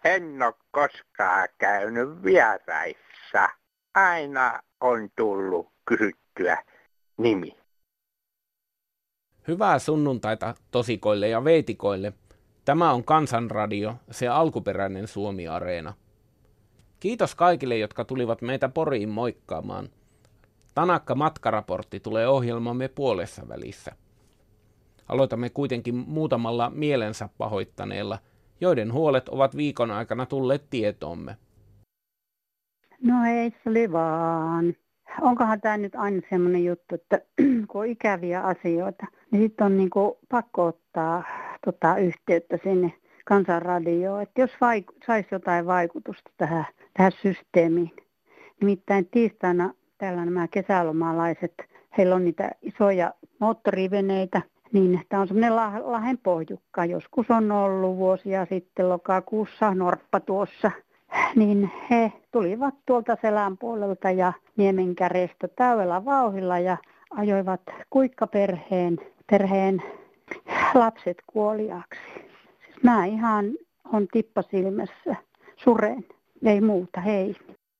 En ole koskaan käynyt vieraissa. Aina on tullut kysyttyä nimi. Hyvää sunnuntaita tosikoille ja veitikoille. Tämä on Kansanradio, se alkuperäinen Suomi-areena. Kiitos kaikille, jotka tulivat meitä Poriin moikkaamaan. Tanakka matkaraportti tulee ohjelmamme puolessa välissä. Aloitamme kuitenkin muutamalla mielensä pahoittaneella, joiden huolet ovat viikon aikana tulleet tietoomme. No hei, se oli vaan. Onkohan tämä nyt aina semmoinen juttu, että kun on ikäviä asioita, niin sitten on niinku pakko ottaa yhteyttä sinne Kansanradioon, että jos saisi jotain vaikutusta tähän systeemiin. Nimittäin tiistaina täällä nämä kesälomalaiset, heillä on niitä isoja moottoriveneitä, niin tämä on semmoinen Lahden pohjukka. Joskus on ollut vuosia sitten lokakuussa Norppa tuossa. Niin he tulivat tuolta selän puolelta ja Niemenkärestä täydellä vauhdilla ja ajoivat kuikkaperheen lapset kuoliaaksi. Siis mä ihan on tippa silmässä, suren, ei muuta, hei.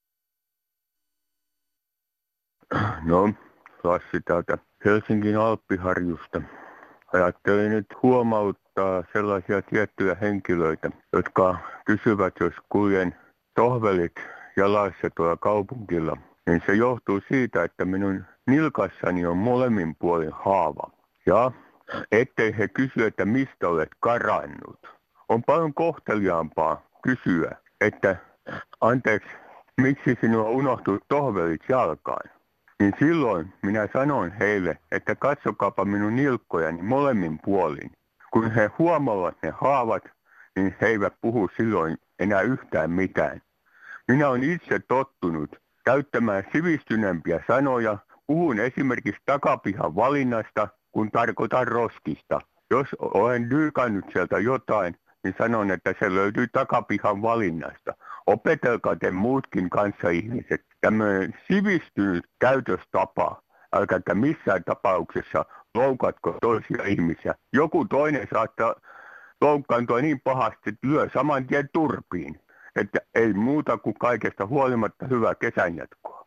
No, Lassi täältä Helsingin Alppiharjusta. Ajattelin nyt huomauttaa sellaisia tiettyjä henkilöitä, jotka kysyvät, jos kuljen tohvelit jalassa tuolla kaupunkilla, niin se johtuu siitä, että minun nilkassani on molemmin puolin haava. Ja ettei he kysy, että mistä olet karannut. On paljon kohteliaampaa kysyä, että anteeksi, miksi sinua unohtui tohvelit jalkaan. Niin silloin minä sanon heille, että katsokaapa minun nilkkojani molemmin puolin. Kun he huomaavat ne haavat, niin he eivät puhu silloin enää yhtään mitään. Minä olen itse tottunut käyttämään sivistyneempiä sanoja. Puhun esimerkiksi takapihan valinnasta, kun tarkoitan roskista. Jos olen dyykannut sieltä jotain, niin sanon, että se löytyy takapihan valinnasta. Opetelkaa te muutkin kanssaihmiset. Tämmöinen sivistynyt käytöstapa, älkääkä missään tapauksessa loukatko toisia ihmisiä. Joku toinen saattaa loukkaantua niin pahasti, että lyö saman tien turpiin. Että ei muuta kuin kaikesta huolimatta hyvää kesän jatkoa.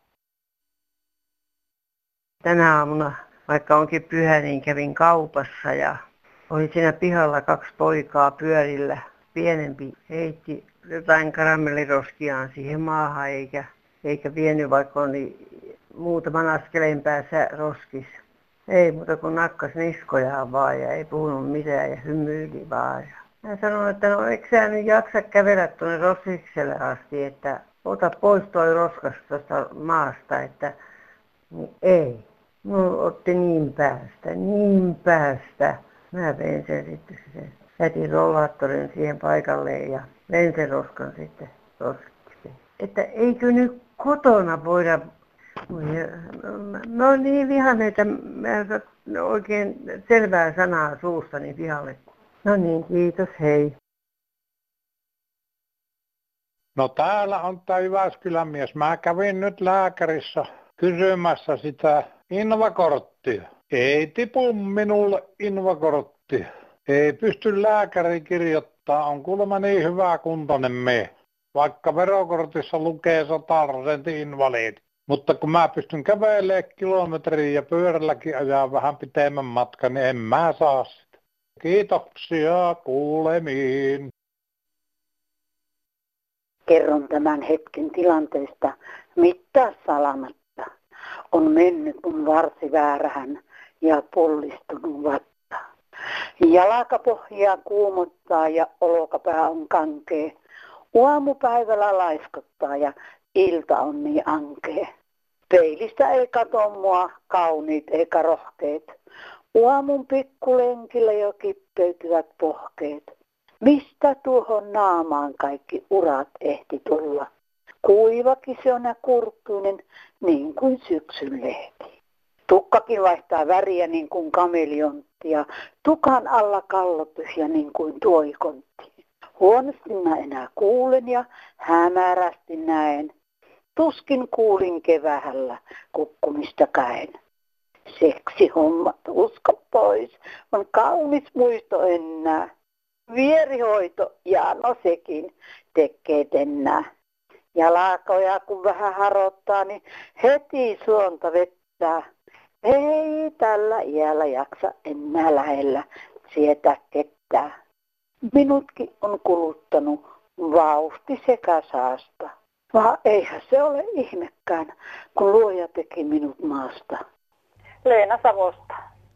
Tänä aamuna, vaikka onkin pyhä, niin kävin kaupassa ja oli siinä pihalla 2 poikaa pyörillä. Pienempi heitti jotain karamelliroskiaan siihen maahan eikä vienyt, vaikka oli muutaman askeleen päässä roskis. Ei muuta kuin nakkas niskojaan vaan ja ei puhunut mitään ja hymyili vaan. Mä sanoin, että no eikö sä nyt jaksa kävellä tuonne roskikselle asti, että ota pois toi roskas tuosta maasta, että niin ei. Mulla otti niin päästä. Mä vein sen sitten sen. Jätin rollaattorin siihen paikalleen ja vein sen roskan sitten roskikseen. Että eikö nyt kotona voida. Mä oon niin vihainen, että mä en saa oikein selvää sanaa suustani pihalle. No niin, kiitos, hei. No täällä on tää Jyväskylän mies. Mä kävin nyt lääkärissä kysymässä sitä invakorttia. Ei tipu minulle invakorttia. Ei pysty lääkäri kirjoittaa, on kuulemma niin hyvä kuntoinen mies. Vaikka verokortissa lukee 100% invalidi. Mutta kun mä pystyn kävelemään kilometriä ja pyörälläkin ajaa vähän pitemmän matkan, niin en mä saa sitä. Kiitoksia, kuulemiin. Kerron tämän hetken tilanteesta mittaa salamatta. On mennyt mun varsi väärähän ja pullistunut vatta. Jalkapohjaa kuumottaa ja olkapää on kankee. Aamupäivällä laiskottaa ja ilta on niin ankee. Peilistä ei kato mua kauniit eikä rohkeet. Aamun pikkulenkillä jo kippeytyvät pohkeet. Mistä tuohon naamaan kaikki urat ehti tulla? Kuivakin se on ja kurkkuinen niin kuin syksyn lehti. Tukkakin vaihtaa väriä niin kuin kameleontti ja tukan alla kallo tyhjä niin kuin tuoikontti. Huonosti mä enää kuulen ja hämärästi näen. Tuskin kuulin kevähällä kukkumista käen. Seksi hommat usko pois, on kaunis muisto enää. Vierihoito, ja no sekin tekee tennää. Jalkoja kun vähän harottaa, niin heti suonta vettää. Ei tällä iällä jaksa enää lähellä sietää ketään. Minutkin on kuluttanut vauhti sekä saasta. Vaan eihän se ole ihmekään, kun luoja teki minut maasta. Leena Savosta.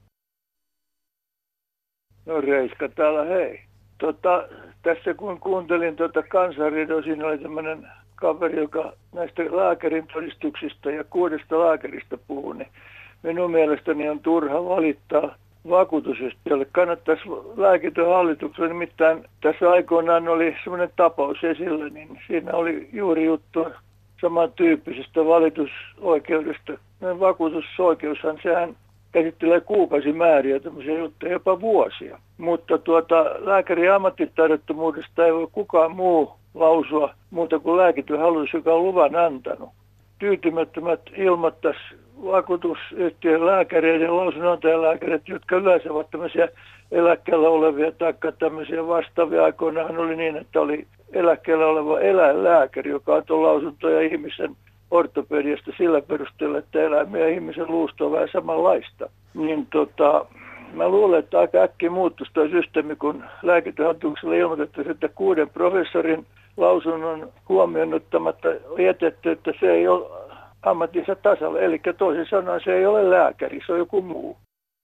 No Reiska täällä, hei. Tässä kun kuuntelin Kansanradioa, siinä oli tämmöinen kaveri, joka näistä lääkärin todistuksista ja 6 lääkäristä puhuu, niin minun mielestäni on turha valittaa vakuutusyhtiölle. Kannattaisi lääkintöhallitukselle, nimittäin tässä aikoinaan oli semmoinen tapaus esillä, niin siinä oli juuri juttu samantyyppisestä valitusoikeudesta. Vakuutusoikeushan sehän käsittelee kuukausimääriä tämmöisiä juttuja, jopa vuosia. Mutta lääkärin ammattitaidottomuudesta ei voi kukaan muu lausua muuta kuin lääkintöhallitus, joka on luvan antanut. Tyytymättömät ilmoittaisi vakuutusyhtiön lääkäreiden ja lausunnonantajalääkäreitä, jotka yleensä ovat tämmöisiä eläkkeellä olevia tai tämmöisiä vastaavia. Aikoinaan oli niin, että oli eläkkeellä oleva eläinlääkäri, joka antoi lausuntoja ihmisen ortopediasta sillä perusteella, että eläimen ja ihmisen luusto on vähän samanlaista. Niin mä luulen, että aika äkkiä muuttuisi tuo systeemi, kun lääkintöhallitukselle ilmoitettiin, että 6 professorin lausunnon huomioon ottamatta jätetty, että se ei ole ammattinsa tasalla. Eli toisin sanoen se ei ole lääkäri, se on joku muu.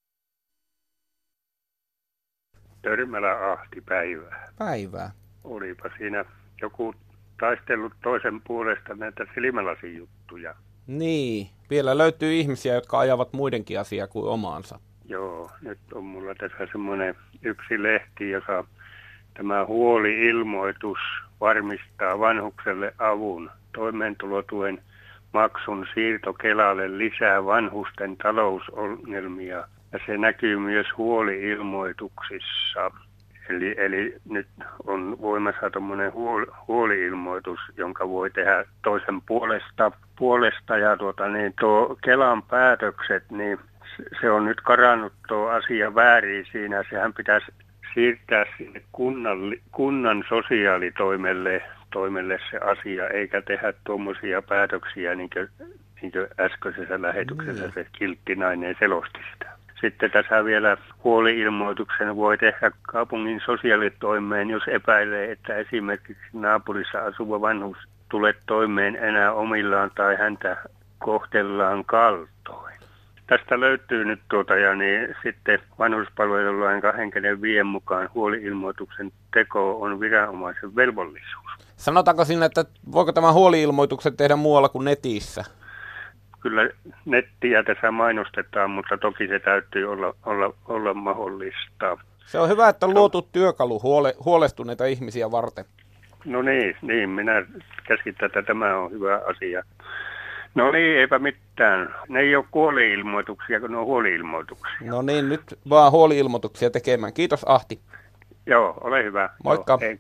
Törmälä Ahti, päivää. Päivää. Olipa siinä joku taistellut toisen puolesta näitä silmälasijuttuja. Niin, vielä löytyy ihmisiä, jotka ajavat muidenkin asiaa kuin omaansa. Joo, nyt on mulla tässä semmoinen yksi lehti, jossa tämä huoli-ilmoitus varmistaa vanhukselle avun. Toimeentulotuen maksun siirto Kelalle lisää vanhusten talousongelmia ja se näkyy myös huoli-ilmoituksissa. Eli nyt on voimassa tuommoinen huoli-ilmoitus, jonka voi tehdä toisen puolesta ja tuo Kelan päätökset, niin se on nyt karannut tuo asia väärin siinä. Sehän pitäisi siirtää sinne kunnan sosiaalitoimelle se asia, eikä tehdä tuommoisia päätöksiä niin kuin äskeisessä lähetyksessä se kilttinainen selosti sitä. Sitten tässä vielä huoli-ilmoituksen voi tehdä kaupungin sosiaalitoimeen, jos epäilee, että esimerkiksi naapurissa asuva vanhus tulee toimeen enää omillaan tai häntä kohtellaan kaltoin. Tästä löytyy nyt sitten vanhuspalvelulain 25 mukaan huoli-ilmoituksen teko on viranomaisen velvollisuus. Sanotaanko sinne, että voiko tämä huoli-ilmoituksen tehdä muualla kuin netissä? Kyllä nettiä tässä mainostetaan, mutta toki se täytyy olla mahdollista. Se on hyvä, että on luotu työkalu huolestuneita ihmisiä varten. No niin, minä käskitän, että tämä on hyvä asia. No niin, eipä mitään. Ne ei ole huoli-ilmoituksia, kun ne on huoli-ilmoituksia. No niin, nyt vaan huoli-ilmoituksia tekemään. Kiitos Ahti. Joo, ole hyvä. Moikka. Joo,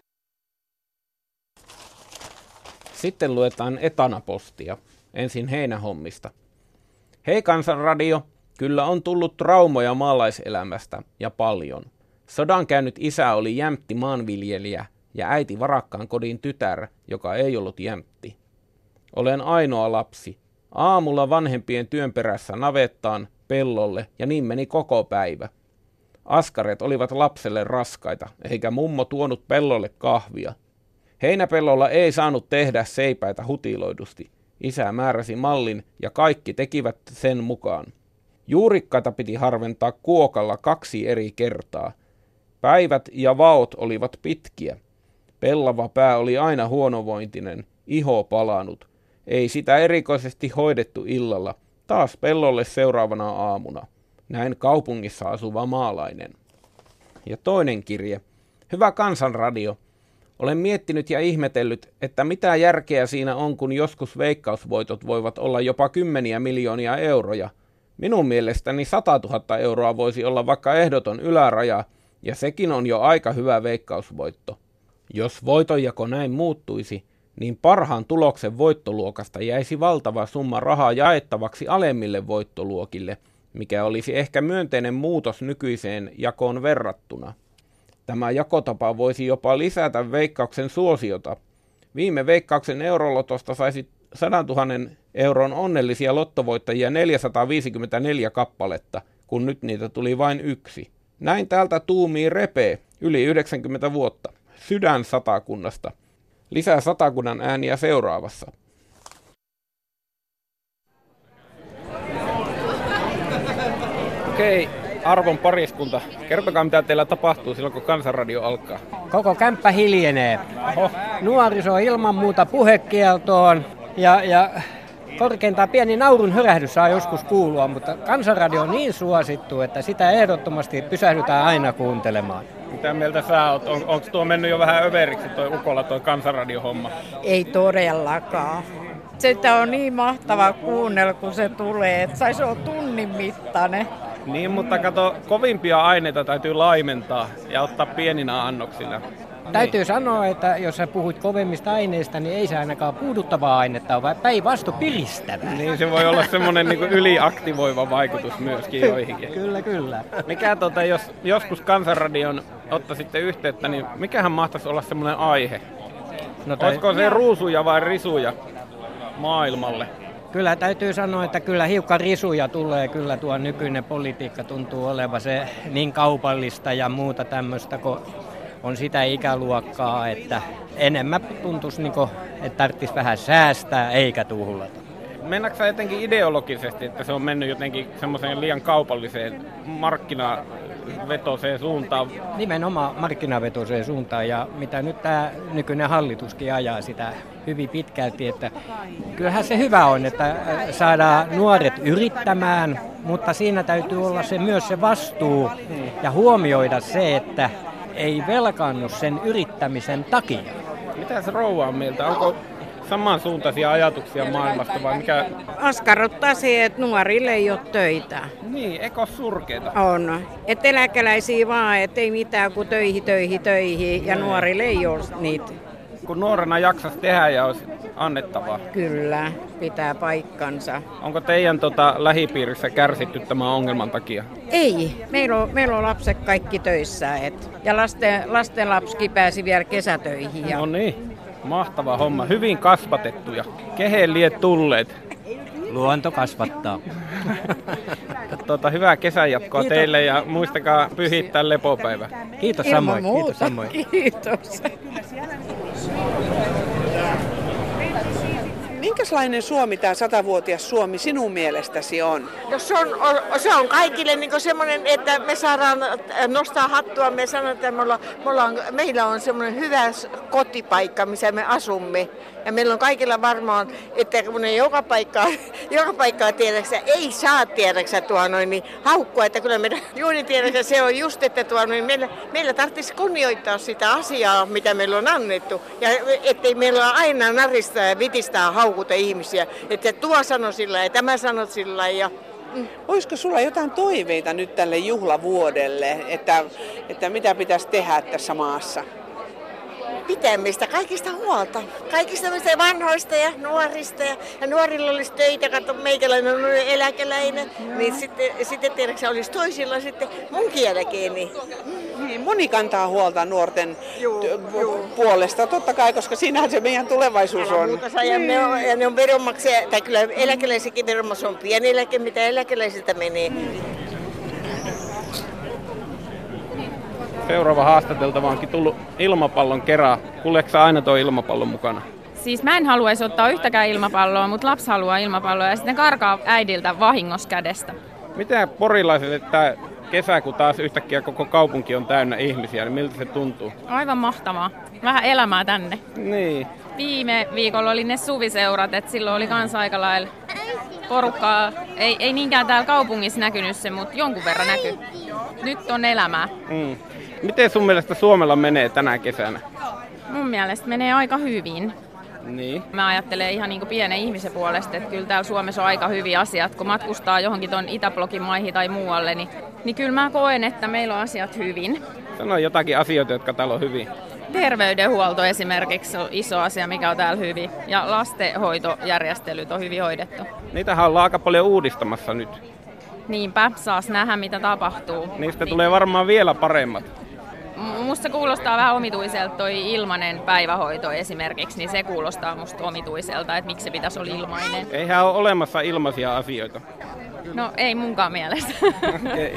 Sitten luetaan etanapostia. Ensin heinähommista. Hei Kansanradio, kyllä on tullut traumoja maalaiselämästä ja paljon. Sodan käynyt isä oli jämpti maanviljelijä ja äiti varakkaan kodin tytär, joka ei ollut jämpti. Olen ainoa lapsi. Aamulla vanhempien työn perässä navettaan, pellolle ja niin meni koko päivä. Askareet olivat lapselle raskaita, eikä mummo tuonut pellolle kahvia. Heinäpellolla ei saanut tehdä seipäitä hutiloidusti. Isä määräsi mallin ja kaikki tekivät sen mukaan. Juurikkaita piti harventaa kuokalla 2 eri kertaa. Päivät ja vaot olivat pitkiä. Pellava pää oli aina huonovointinen, iho palanut. Ei sitä erikoisesti hoidettu illalla. Taas pellolle seuraavana aamuna. Näin kaupungissa asuva maalainen. Ja toinen kirje. Hyvä Kansanradio. Olen miettinyt ja ihmetellyt, että mitä järkeä siinä on, kun joskus veikkausvoitot voivat olla jopa 10 miljoonia euroja. Minun mielestäni 100 000 euroa voisi olla vaikka ehdoton yläraja, ja sekin on jo aika hyvä veikkausvoitto. Jos voitonjako näin muuttuisi, niin parhaan tuloksen voittoluokasta jäisi valtava summa rahaa jaettavaksi alemmille voittoluokille, mikä olisi ehkä myönteinen muutos nykyiseen jakoon verrattuna. Tämä jakotapa voisi jopa lisätä Veikkauksen suosiota. Viime Veikkauksen Eurolotosta saisi 100 000 euron onnellisia lottovoittajia 454 kappaletta, kun nyt niitä tuli vain 1. Näin täältä tuumii Repe, yli 90 vuotta, Sydän Satakunnasta. Lisää Satakunnan ääniä seuraavassa. Okei, arvon pariskunta, kertokaa mitä teillä tapahtuu silloin kun Kansanradio alkaa. Koko kämppä hiljenee. Nuoriso ilman muuta puhekieltoon ja korkeintaan pieni naurun hörähdys saa joskus kuulua, mutta Kansanradio on niin suosittu, että sitä ehdottomasti pysähdytään aina kuuntelemaan. Mitä mieltä sä oot? Onko tuo mennyt jo vähän överiksi toi ukolla toi Kansanradio-homma? Ei todellakaan. Sitä on niin mahtava kuunnella, kun se tulee, että saisi olla tunnin mittainen. Niin, mutta kato, kovimpia aineita täytyy laimentaa ja ottaa pieninä annoksilla. Täytyy sanoa, että jos sä puhut kovemmista aineista, niin ei se ainakaan puuduttavaa ainetta ole, vaan päinvastoin piristävää. Niin, se voi olla semmoinen niin kuin yliaktivoiva vaikutus myöskin joihinkin. Kyllä. Mikä jos joskus Kansanradion ottaisitte yhteyttä, niin mikähän mahtaisi olla semmoinen aihe? Olisiko se ruusuja vai risuja maailmalle? Kyllä täytyy sanoa, että kyllä hiukan risuja tulee. Kyllä tuo nykyinen politiikka tuntuu olevan se niin kaupallista ja muuta tämmöistä, kun on sitä ikäluokkaa, että enemmän tuntuisi, että tarvitsisi vähän säästää eikä tuhlata. Mennäänkö sä jotenkin ideologisesti, että se on mennyt jotenkin semmoiseen liian kaupalliseen markkinavetoiseen suuntaan? Nimenomaan markkinavetoiseen suuntaan, ja mitä nyt tämä nykyinen hallituskin ajaa sitä hyvin pitkälti, että kyllähän se hyvä on, että saadaan nuoret yrittämään, mutta siinä täytyy olla myös se vastuu ja huomioida se, että ei velkaannu sen yrittämisen takia. Mitä se rouva on mieltä? Onko samansuuntaisia ajatuksia maailmasta vai mikä? Askarruttaa se, että nuorille ei ole töitä. Niin, eikö ole surkeita? On. Että eläkeläisiä vaan, ettei mitään kuin töihin ja nuorille ei ole niitä. Kun nuorena jaksas tehdä ja olisi annettavaa. Kyllä, pitää paikkansa. Onko teidän lähipiirissä kärsitty tämän ongelman takia? Ei. Meillä on lapset kaikki töissä. Ja lasten lapsikin pääsi vielä kesätöihin. No niin, mahtava homma. Hyvin kasvatettuja. Kehen liet tulleet? Luonto kasvattaa. Hyvää kesänjatkoa teille ja muistakaa pyhittää lepopäivä. Kiitos samoin. Kiitos. Minkälainen Suomi tämä 100-vuotias Suomi sinun mielestäsi on? No se on kaikille niin semmoinen, että me saadaan nostaa hattua. Me sanotaan, että meillä on semmoinen hyvä kotipaikka, missä me asumme. Ja meillä on kaikilla varmaan, että kun ne joka paikkaa tiedäksä, ei saa tiedäksä niin haukkua. Että kyllä meidän juuri tiedäksä se on just, että meillä tarvitsisi kunnioittaa sitä asiaa, mitä meillä on annettu. Ja ettei meillä aina narista ja vitistää haukuta ihmisiä. Että tuo sano sillä ja tämä sanot sillä ja... Olisiko sulla jotain toiveita nyt tälle juhlavuodelle, että mitä pitäisi tehdä tässä maassa? Pitämistä, kaikista huolta. Kaikista vanhoista ja nuorista. Ja nuorilla olisi töitä, katso meikäläinen on eläkeläinen. Niin sitten tiedätkö, olisi toisilla sitten munkin jälkeen. Niin, moni kantaa huolta nuorten puolesta, totta kai, koska siinähän se meidän tulevaisuus on. Ja ne on veronmaksaja, tai kyllä eläkeläisikin veronmaksaja on pieni eläke, mitä eläkeläisiltä menee. Seuraava haastateltava onkin tullut ilmapallon kerran. Kulleeko aina tuo ilmapallon mukana? Siis mä en haluaisi ottaa yhtäkään ilmapalloa, mutta lapsi haluaa ilmapalloa ja sitten karkaa äidiltä vahingossa kädestä. Mitä porilaisille tämä kesä, kun taas yhtäkkiä koko kaupunki on täynnä ihmisiä, niin miltä se tuntuu? Aivan mahtavaa. Vähän elämää tänne. Niin. Viime viikolla oli ne suviseurat, että silloin oli kans aika lailla porukkaa. Ei niinkään täällä kaupungissa näkynyt se, mutta jonkun verran näkyy. Nyt on elämää. Miten sun mielestä Suomella menee tänä kesänä? Mun mielestä menee aika hyvin. Niin. Mä ajattelen ihan niin kuin pienen ihmisen puolesta, että kyllä täällä Suomessa on aika hyviä asiat. Kun matkustaa johonkin ton Itäblogin maihin tai muualle, niin kyllä mä koen, että meillä on asiat hyvin. Sano jotakin asioita, jotka täällä on hyvin. Terveydenhuolto esimerkiksi on iso asia, mikä on täällä hyvin. Ja lastenhoitojärjestelyt on hyvin hoidettu. Niitähän ollaan aika paljon uudistamassa nyt. Niinpä, saas nähdä mitä tapahtuu. Niistä tulee varmaan vielä paremmat. Musta kuulostaa vähän omituiselta toi ilmainen päivähoito esimerkiksi, niin se kuulostaa musta omituiselta, että miksi se pitäisi olla ilmainen. Eihän ole olemassa ilmaisia asioita. No ei munkaan mielestä. Okay.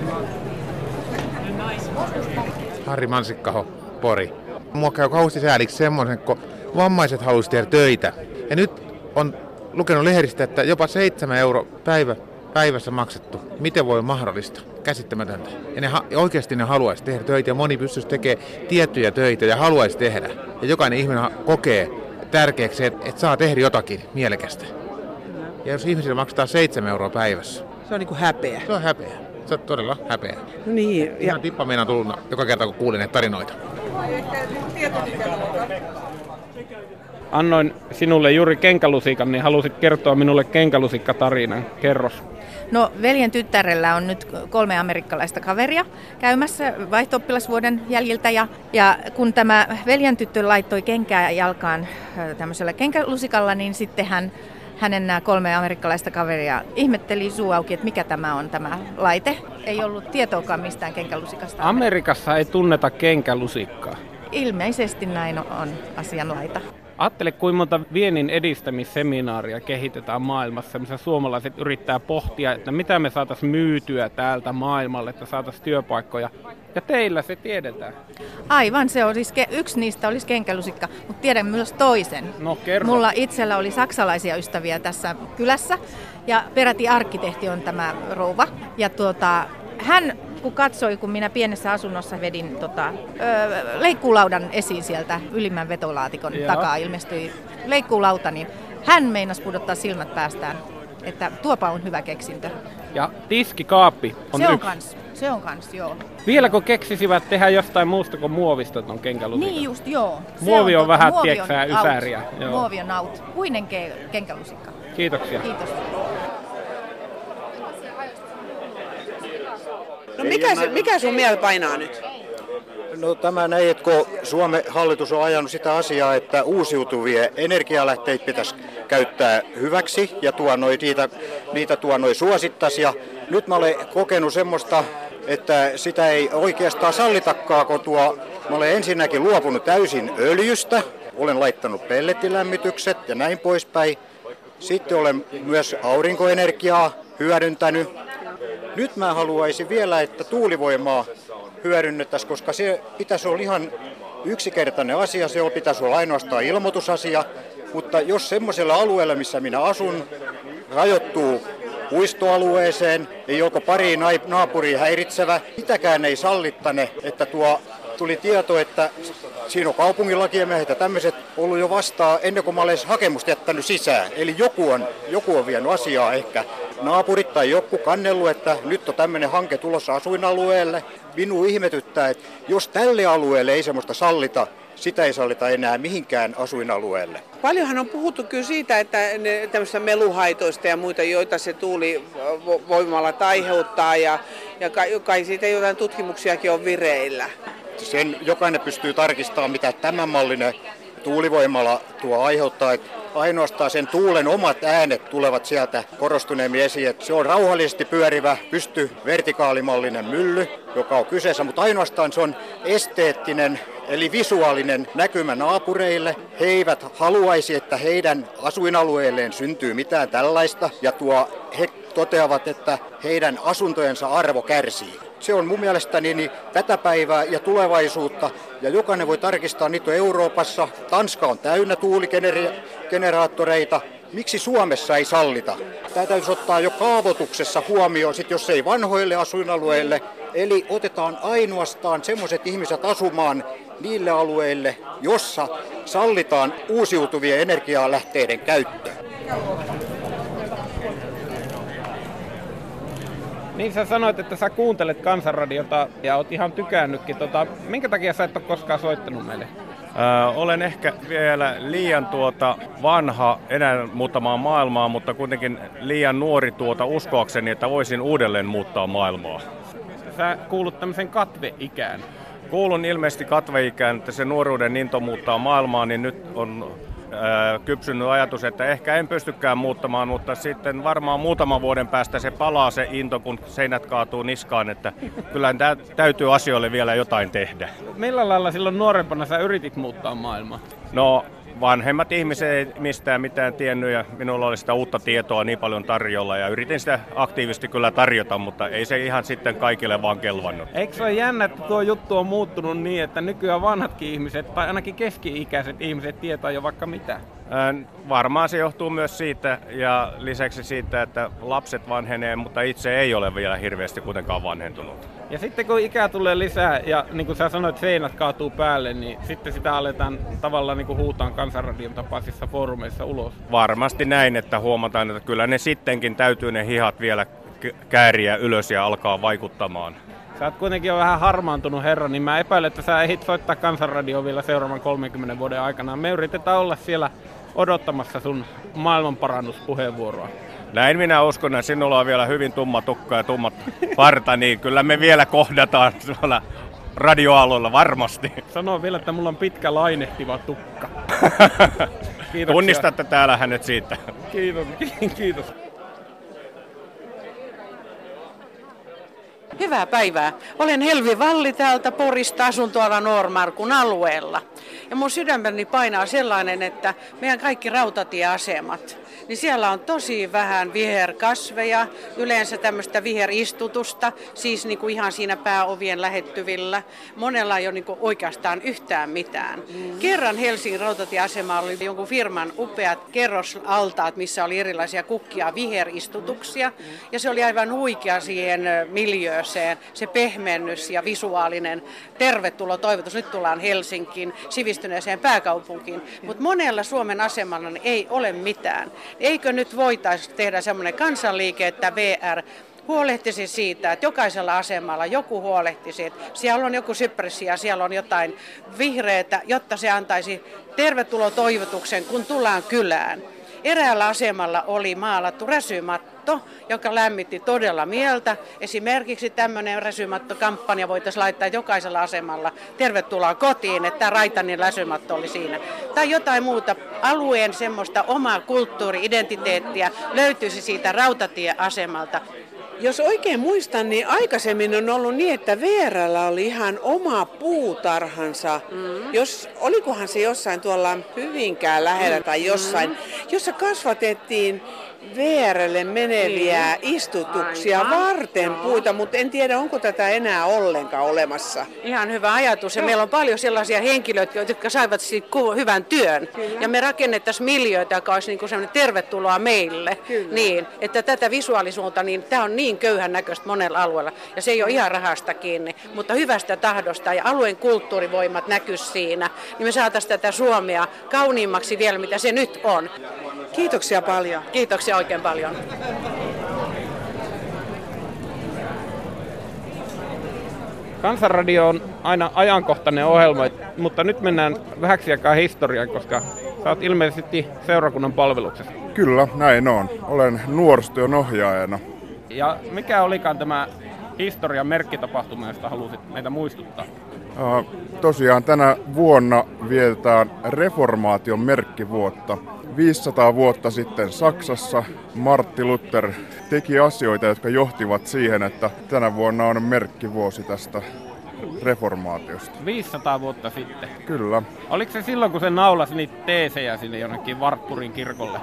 Harri Mansikkaho, Pori. Mua käy kauheasti sääliksi semmoisen, kun vammaiset haluaisi tehdä töitä. Ja nyt on lukenut lehdistä, että jopa 7 € päivässä maksettu. Miten voi olla mahdollista? Käsittämätöntä. Ja oikeasti ne haluaisi tehdä töitä ja moni pystyisi tekemään tiettyjä töitä ja haluaisi tehdä. Ja jokainen ihminen kokee tärkeäksi, että saa tehdä jotakin mielekästä. Ja jos ihmisille maksetaan 7 € päivässä. Se on niin kuin häpeä. Se on häpeä. Se on todella häpeä. No niin. Ihan tippa meinaan tullut joka kerta, kun kuulin näitä tarinoita. Annoin sinulle juuri kenkälusikan, niin halusit kertoa minulle kenkälusikkatarinan. Kerros. No veljen tyttärellä on nyt 3 amerikkalaista kaveria käymässä vaihto-oppilasvuoden jäljiltä. Ja kun tämä veljen tyttö laittoi kenkää jalkaan tämmöisellä kenkälusikalla, niin sitten hänen nämä 3 amerikkalaista kaveria ihmetteli suu auki, että mikä tämä on tämä laite. Ei ollut tietoakaan mistään kenkälusikasta. Amerikassa ei tunneta kenkälusikkaa. Ilmeisesti näin on asianlaita. Ajattele, kuinka monta viennin edistämisseminaaria kehitetään maailmassa, missä suomalaiset yrittää pohtia, että mitä me saataisiin myytyä täältä maailmalle, että saataisiin työpaikkoja. Ja teillä se tiedetään. Aivan, se olisi yksi niistä olisi kenkälusikka, mutta tiedän myös toisen. No kerro. Mulla itsellä oli saksalaisia ystäviä tässä kylässä ja peräti arkkitehti on tämä rouva. Ja hän kun katsoi, kun minä pienessä asunnossa vedin leikkuulaudan esiin sieltä ylimmän vetolaatikon takaa ilmestyi leikkuulauta, niin hän meinasi pudottaa silmät päästään, että tuopa on hyvä keksintö. Ja tiskikaappi on yksi. Se on kans, joo. Vieläkö keksisivät tehdä jostain muusta kuin muovista ton kenkälusikan? Niin just, joo. Muovi on vähän, tieksää, ysäriä. Muovi on out. Puinen kenkälusikka. Kiitoksia. Kiitos. No mikä sun mieli painaa nyt? No tämä näin, että kun Suomen hallitus on ajanut sitä asiaa, että uusiutuvia energialähteitä pitäisi käyttää hyväksi ja niitä suosittaisi. Ja nyt mä olen kokenut semmoista, että sitä ei oikeastaan sallitakaan, kun mä olen ensinnäkin luopunut täysin öljystä, olen laittanut pellettilämmitykset ja näin poispäin. Sitten olen myös aurinkoenergiaa hyödyntänyt. Nyt mä haluaisin vielä, että tuulivoimaa hyödynnettäisiin, koska se pitäisi olla ihan yksinkertainen asia, se pitäisi olla ainoastaan ilmoitusasia, mutta jos semmoisella alueella, missä minä asun, rajoittuu puistoalueeseen, ei joko pariin naapuriin häiritsevä, sitäkään ei sallittane, että tuli tieto, että siinä on kaupunginlakiemiehet ja tämmöiset ollut jo vastaan ennen kuin mä olen hakemusta jättänyt sisään. Eli joku on vienyt asiaa ehkä. Naapurit tai joku kannellut, että nyt on tämmöinen hanke tulossa asuinalueelle. Minua ihmetyttää, että jos tälle alueelle ei semmoista sallita, sitä ei sallita enää mihinkään asuinalueelle. Paljonhan on puhuttu kyllä siitä, että tämmöistä meluhaitoista ja muita, joita se tuulivoimalat aiheuttaa ja kai siitä jotain tutkimuksiakin on vireillä. Sen jokainen pystyy tarkistamaan, mitä tämän mallinen tuulivoimala aiheuttaa. Ainoastaan sen tuulen omat äänet tulevat sieltä korostuneemmin esiin. Se on rauhallisesti pyörivä, vertikaalimallinen mylly, joka on kyseessä, mutta ainoastaan se on esteettinen, eli visuaalinen näkymä naapureille. He eivät haluaisi, että heidän asuinalueelleen syntyy mitään tällaista, ja he toteavat, että heidän asuntojensa arvo kärsii. Se on mun mielestäni tätä päivää ja tulevaisuutta, ja jokainen voi tarkistaa, niitä on Euroopassa. Tanska on täynnä tuuligeneraattoreita. Miksi Suomessa ei sallita? Tämä täytyisi ottaa jo kaavoituksessa huomioon, jos ei vanhoille asuinalueille. Eli otetaan ainoastaan semmoiset ihmiset asumaan niille alueille, jossa sallitaan uusiutuvien energialähteiden käyttö. Niin sä sanoit, että sä kuuntelet Kansanradiota ja oot ihan tykännytkin. Minkä takia sä et ole koskaan soittanut meille? Olen ehkä vielä liian vanha enää muuttamaan maailmaa, mutta kuitenkin liian nuori uskoakseni, että voisin uudelleen muuttaa maailmaa. Sä kuulut tämmöisen katveikään. Kuulun ilmeisesti katveikään, että se nuoruuden into muuttaa maailmaa, niin nyt on kypsynyt ajatus, että ehkä en pystykään muuttamaan, mutta sitten varmaan muutaman vuoden päästä se palaa se into, kun seinät kaatuu niskaan, että kyllä täytyy asioille vielä jotain tehdä. Millä lailla silloin nuorempana sä yritit muuttaa maailmaa? No, vanhemmat ihmiset ei mistään mitään tiennyt ja minulla oli sitä uutta tietoa niin paljon tarjolla ja yritin sitä aktiivisesti kyllä tarjota, mutta ei se ihan sitten kaikille vaan kelvannut. Eikö se ole jännä, että tuo juttu on muuttunut niin, että nykyään vanhatkin ihmiset tai ainakin keski-ikäiset ihmiset tietää jo vaikka mitä? Varmaan se johtuu myös siitä ja lisäksi siitä, että lapset vanhenee, mutta itse ei ole vielä hirveästi kuitenkaan vanhentunut. Ja sitten kun ikää tulee lisää ja niin kuin sä sanoit, seinät kaatuu päälle, niin sitten sitä aletaan tavallaan niin kuin huutaan Kansanradion tapaisissa foorumeissa ulos. Varmasti näin, että huomataan, että kyllä ne sittenkin täytyy ne hihat vielä kääriä ylös ja alkaa vaikuttamaan. Sä oot kuitenkin jo vähän harmaantunut herra, niin mä epäilen, että sä ehdit soittaa Kansanradioon vielä seuraavan 30 vuoden aikana. Me yritetään olla siellä odottamassa sun maailmanparannuspuheenvuoroa. Näin minä uskon, että sinulla on vielä hyvin tumma tukka ja tummat parta, niin kyllä me vielä kohdataan tuolla radioalueella varmasti. Sano vielä, että mulla on pitkä lainehtiva tukka. Tunnistatte täällä hänet siitä. Kiitos. Hyvää päivää. Olen Helvi Valli täältä Porista, asun tuolla Noormarkun alueella. Ja mun sydämeni painaa sellainen, että meidän kaikki rautatieasemat, niin siellä on tosi vähän viherkasveja, yleensä tämmöistä viheristutusta, siis niin kuin ihan siinä pääovien lähettyvillä. Monella ei ole niin kuin oikeastaan yhtään mitään. Kerran Helsingin rautatieasemalla oli jonkun firman upeat kerrosaltaat, missä oli erilaisia kukkia viheristutuksia. Ja se oli aivan huikea siihen miljööseen, se pehmennys ja visuaalinen tervetuloa toivotus. Nyt tullaan Helsinkiin, sivistyneeseen pääkaupunkiin, mutta monella Suomen asemalla ei ole mitään. Eikö nyt voitaisiin tehdä semmoinen kansanliike, että VR huolehtisi siitä, että jokaisella asemalla joku huolehtisi, että siellä on joku sypressi ja siellä on jotain vihreätä, jotta se antaisi tervetuloa toivotuksen, kun tullaan kylään. Eräällä asemalla oli maalattu räsymatto, joka lämmitti todella mieltä. Esimerkiksi tämmöinen räsymattokampanja voitaisiin laittaa jokaisella asemalla. Tervetuloa kotiin, että tämä Raitanin räsymatto oli siinä. Tai jotain muuta alueen semmoista omaa kulttuuri-identiteettiä löytyisi siitä rautatieasemalta. Jos oikein muistan, niin aikaisemmin on ollut niin, että VR:llä oli ihan oma puutarhansa. Olikohan se jossain tuolla Hyvinkään lähellä tai jossain, jossa kasvatettiin VR:lle meneviä istutuksia varten puita, mutta en tiedä, onko tätä enää ollenkaan olemassa. Ihan hyvä ajatus. Ja meillä on paljon sellaisia henkilöitä, jotka saivat hyvän työn. Kyllä. Ja me rakennettaisiin miljöitä, joka olisi niin kuin sellainen tervetuloa meille. Niin, että tätä visuaalisuutta, niin tämä on niin köyhän näköistä monella alueella. Ja se ei ole ihan rahasta kiinni, mutta hyvästä tahdosta ja alueen kulttuurivoimat näkyisi siinä. Niin me saataisiin tätä Suomea kauniimmaksi vielä, mitä se nyt on. Kiitoksia paljon. Kiitoksia oikein paljon. Kansanradio on aina ajankohtainen ohjelma, mutta nyt mennään vähäksi aikaa historiaan, koska sä oot ilmeisesti seurakunnan palveluksessa. Kyllä, näin on. Olen nuorisotyön ohjaajana. Ja mikä olikaan tämä historian merkkitapahtuma, josta halusit meitä muistuttaa? Tosiaan tänä vuonna vietetään reformaation merkkivuotta. 500 vuotta sitten Saksassa Martti Luther teki asioita, jotka johtivat siihen, että tänä vuonna on merkkivuosi tästä reformaatiosta. 500 vuotta sitten? Kyllä. Oliko se silloin, kun se naulasi niitä teesejä sinne jonnekin Wartburgin kirkolle?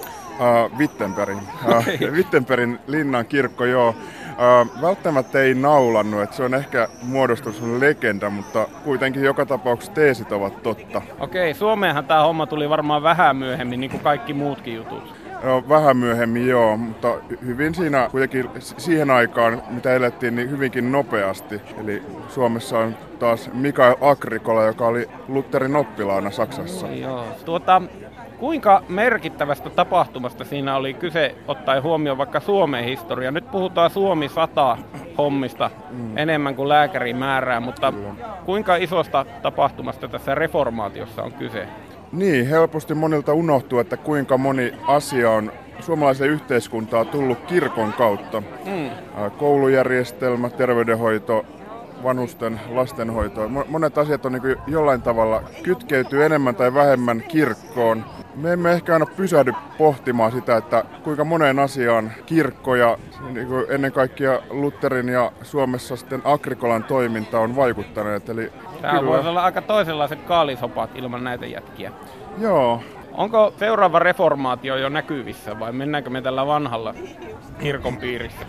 Wittenbergin linnan kirkko, joo. Välttämättä ei naulannut, että se on ehkä muodostunut legenda, mutta kuitenkin joka tapauksessa teesit ovat totta. Okei, Suomeenhan tämä homma tuli varmaan vähän myöhemmin, niin kuin kaikki muutkin jutut. No, vähän myöhemmin joo, mutta hyvin siinä kuitenkin siihen aikaan, mitä elettiin, niin hyvinkin nopeasti. Eli Suomessa on taas Mikael Agricola, joka oli Lutherin oppilaana Saksassa. Joo, kuinka merkittävästä tapahtumasta siinä oli kyse ottaen huomioon vaikka Suomen historia? Nyt puhutaan Suomi 100 hommista enemmän kuin lääkäri määrää, mutta kuinka isosta tapahtumasta tässä reformaatiossa on kyse? Niin, helposti monilta unohtuu, että kuinka moni asia on suomalaiseen yhteiskuntaan tullut kirkon kautta. Koulujärjestelmä, terveydenhoito, vanhusten lastenhoitoon. Monet asiat on niin jollain tavalla kytkeytyy enemmän tai vähemmän kirkkoon. Me emme ehkä aina pysähdy pohtimaan sitä, että kuinka moneen asiaan kirkko ja niin ennen kaikkea Lutherin ja Suomessa sitten Agrikolan toiminta on vaikuttaneet. Eli tämä voisi olla aika toisenlaiset kaalisopat ilman näitä jätkiä. Joo. Onko seuraava reformaatio jo näkyvissä vai mennäänkö me tällä vanhalla kirkon piirissä?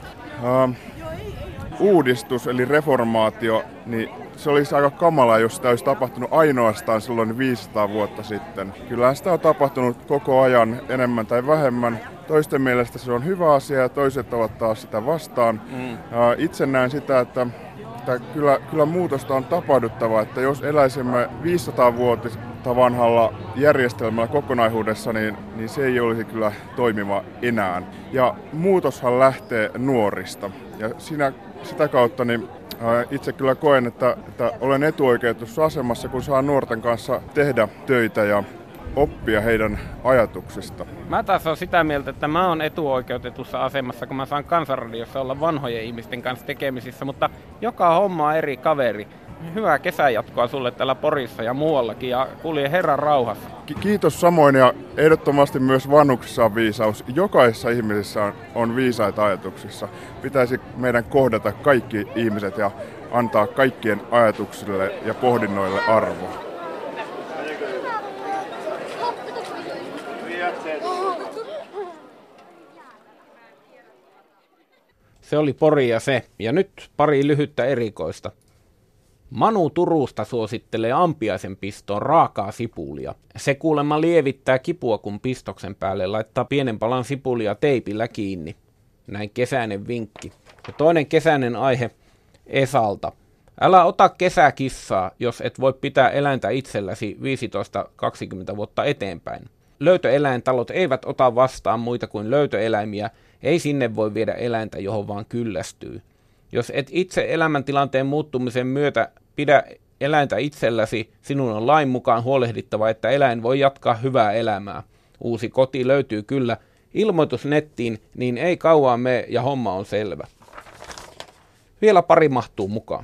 Uudistus eli reformaatio, niin se olisi aika kamalaa, jos sitä olisi tapahtunut ainoastaan silloin 500 vuotta sitten. Kyllähän sitä on tapahtunut koko ajan enemmän tai vähemmän. Toisten mielestä se on hyvä asia ja toiset ovat taas sitä vastaan. Itse näen sitä, että kyllä muutosta on tapahduttava, että jos eläisimme 500-vuotista vanhalla järjestelmällä kokonaisuudessa, niin se ei olisi kyllä toimiva enää. Ja muutoshan lähtee nuorista. Ja sitä kautta niin itse kyllä koen, että olen etuoikeutussa asemassa, kun saan nuorten kanssa tehdä töitä ja oppia heidän ajatuksista. Mä taas olen sitä mieltä, että mä oon etuoikeutetussa asemassa, kun mä saan Kansanradiossa olla vanhojen ihmisten kanssa tekemisissä, mutta joka homma on eri kaveri. Hyvää kesänjatkoa sulle täällä Porissa ja muuallakin ja kulje Herran rauhassa. Kiitos samoin ja ehdottomasti myös vanhuksissa on viisaus. Jokaisessa ihmisessä on viisaita ajatuksissa. Pitäisi meidän kohdata kaikki ihmiset ja antaa kaikkien ajatuksille ja pohdinnoille arvo. Se oli Pori ja se. Ja nyt pari lyhyttä erikoista. Manu Turusta suosittelee ampiaisen pistoon raakaa sipulia. Se kuulemma lievittää kipua, kun pistoksen päälle laittaa pienen palan sipulia teipillä kiinni. Näin kesäinen vinkki. Ja toinen kesäinen aihe Esalta. Älä ota kesäkissaa, jos et voi pitää eläintä itselläsi 15-20 vuotta eteenpäin. Löytöeläintalot eivät ota vastaan muita kuin löytöeläimiä, ei sinne voi viedä eläintä, johon vaan kyllästyy. Jos et itse elämäntilanteen muuttumisen myötä pidä eläintä itselläsi, sinun on lain mukaan huolehdittava, että eläin voi jatkaa hyvää elämää. Uusi koti löytyy kyllä. Ilmoitus nettiin, niin ei kauan mene ja homma on selvä. Vielä pari mahtuu mukaan.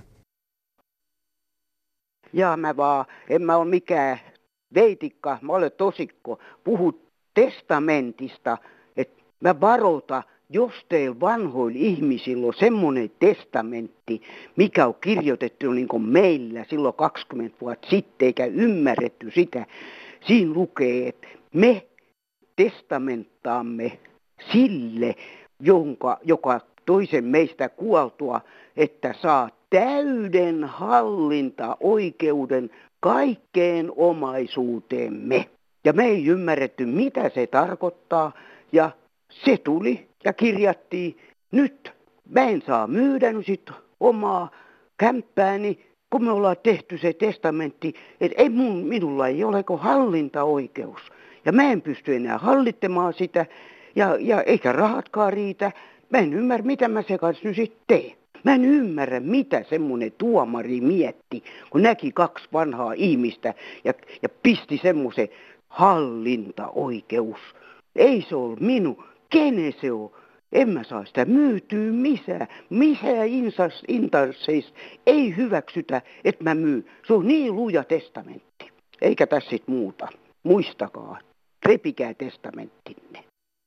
Jaa, en mä ole mikään veitikka, mä olen tosikko. Puhu testamentista, että mä varoitan, jos teillä vanhoilla ihmisillä on semmoinen testamentti, mikä on kirjoitettu niin kuin meillä silloin 20 vuotta sitten, eikä ymmärretty sitä. Siinä lukee, että me testamenttaamme sille, joka toisen meistä kuoltua, että saa täyden hallintaoikeuden kaikkeen omaisuuteemme. Ja me ei ymmärretty, mitä se tarkoittaa, ja se tuli ja kirjattiin. Nyt mä en saa myydä sit omaa kämppääni, kun me ollaan tehty se testamentti, että minulla ei ole kuin hallintaoikeus. Ja mä en pysty enää hallittamaan sitä, ja eikä rahatkaan riitä. Mä en ymmärrä, mitä mä se kanssa nyt sitten teen. Mä en ymmärrä, mitä semmoinen tuomari mietti, kun näki 2 vanhaa ihmistä ja pisti semmoisen hallintaoikeus. Ei se ole minun. Kenen se on? En mä saa sitä myytyä missään. Missään intansseissa ei hyväksytä, että mä myyn. Se on niin luja testamentti. Eikä tässä sit muuta. Muistakaa. Repikää testamenttinne.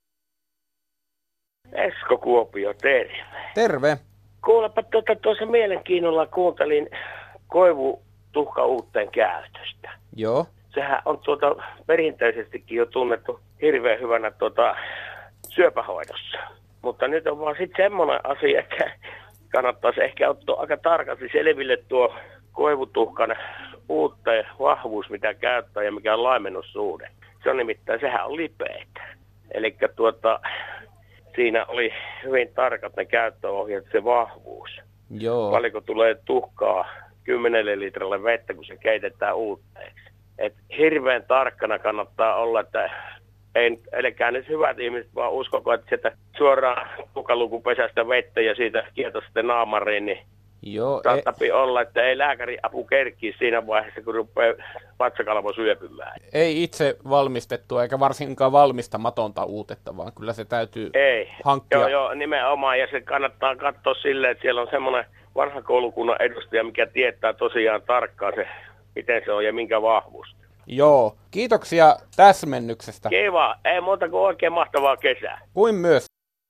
Esko Kuopio, terve. Terve. Kuulepa tuossa mielenkiinnolla kuuntelin koivutuhkauutteen käytöstä. Joo. Sehän on perinteisestikin jo tunnettu hirveän hyvänä syöpähoidossa. Mutta nyt on vaan sitten semmoinen asia, että kannattaisi ehkä ottaa aika tarkasti selville tuo koivutuhkan uutteen vahvuus, mitä käyttää ja mikä on laimennussuhde. Se on nimittäin, sehän on lipeitä. Eli siinä oli hyvin tarkat ne käyttöohjeet, se vahvuus. Joo. Paljonko tulee tuhkaa 10 litralle vettä, kun se keitetään uutteeksi. Et hirveän tarkkana kannattaa olla, että älkää nyt hyvät ihmiset vaan uskoko, että sieltä suoraan tuhkalukupesästä vettä ja siitä kieltä sitten naamariin, niin saattaa olla, että ei lääkärin apu kerkkiä siinä vaiheessa, kun rupeaa vatsakalvo syöpymään. Ei itse valmistettua eikä varsinkaan valmistamatonta uutetta, vaan kyllä se täytyy hankkia. Joo, nimenomaan. Ja se kannattaa katsoa silleen, että siellä on semmoinen vanha koulukunnan edustaja, mikä tietää tosiaan tarkkaan se, miten se on ja minkä vahvuus. Joo, kiitoksia täsmennyksestä. Kiva, ei muuta kuin oikein mahtavaa kesää. Kuin myös.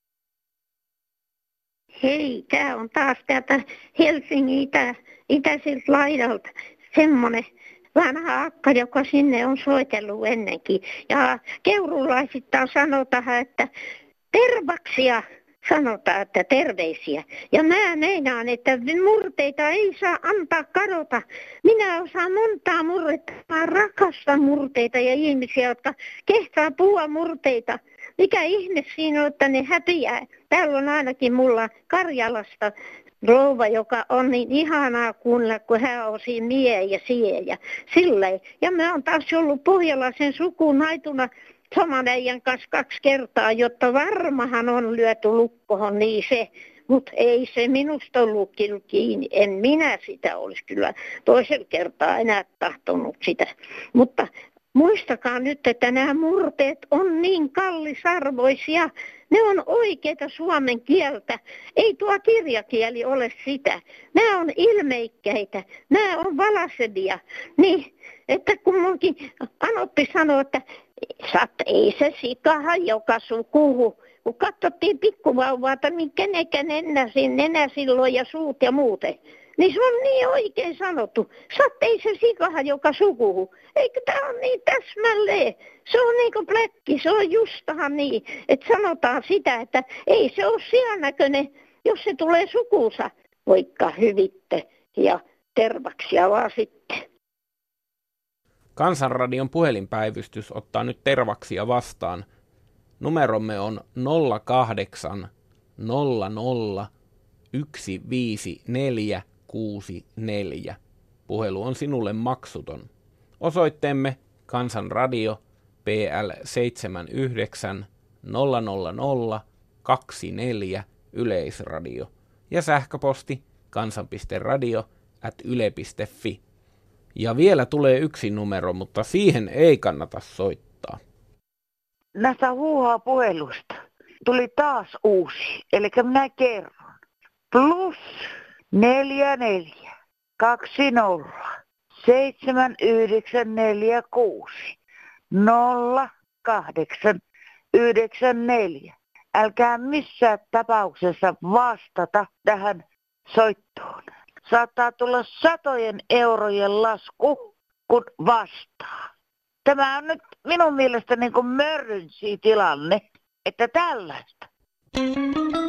Hei, tää on taas täältä Helsingin itäiseltä laidalta semmonen vanha akka, joka sinne on soitellut ennenkin. Ja keurulaisittain sanotaan, että tervaksia sanotaan, että terveisiä. Ja mä meinaan, että murteita ei saa antaa kadota. Minä osaan montaa murretta, mä rakastan murteita ja ihmisiä, jotka kehtaa puhua murteita. Mikä ihme siinä on, että ne häpiää. Täällä on ainakin mulla Karjalasta rouva, joka on niin ihanaa kuunnella, kun hän on siinä mie ja sie ja silleen. Ja mä oon taas ollut pohjalaisen sukuun naituna saman äijän kanssa 2 kertaa, jotta varmahan on lyöty lukkoon niin se. Mutta ei se minusta ollut kiinni. En minä sitä olisi kyllä toisella kertaa enää tahtonut sitä. Mutta muistakaa nyt, että nämä murteet on niin kallisarvoisia. Ne on oikeita suomen kieltä. Ei tuo kirjakieli ole sitä. Nämä on ilmeikkäitä. Nämä on valasevia. Niin, että kun munkin anoppi sanoo, että ei se sikaha joka sukuhu. Kun katsottiin pikkuvauvaata, niin kenenkään nenä silloin ja suut ja muuten. Niin se on niin oikein sanottu. Ei se sikaha joka sukuhu. Eikö tämä ole niin täsmälleen? Se on niin kuin pläkki, se on justahan niin. Että sanotaan sitä, että ei se ole sian näköinen, jos se tulee sukuunsa. Voikka hyvitte ja tervaksia vaan sitten. Kansanradion puhelinpäivystys ottaa nyt tervaksia vastaan. Numeromme on 08 00 15464. Puhelu on sinulle maksuton. Osoitteemme Kansanradio PL 79 000 24 Yleisradio ja sähköposti kansan.radio@yle.fi. Ja vielä tulee yksi numero, mutta siihen ei kannata soittaa. Näistä huuhaa puhelusta tuli taas uusi, eli minä kerron. Plus 44 20 7946 08 94. Älkää missään tapauksessa vastata tähän soittoon. Saattaa tulla satojen eurojen lasku, kun vastaa. Tämä on nyt minun mielestä niin kuin mörrynsi tilanne, että tällaista.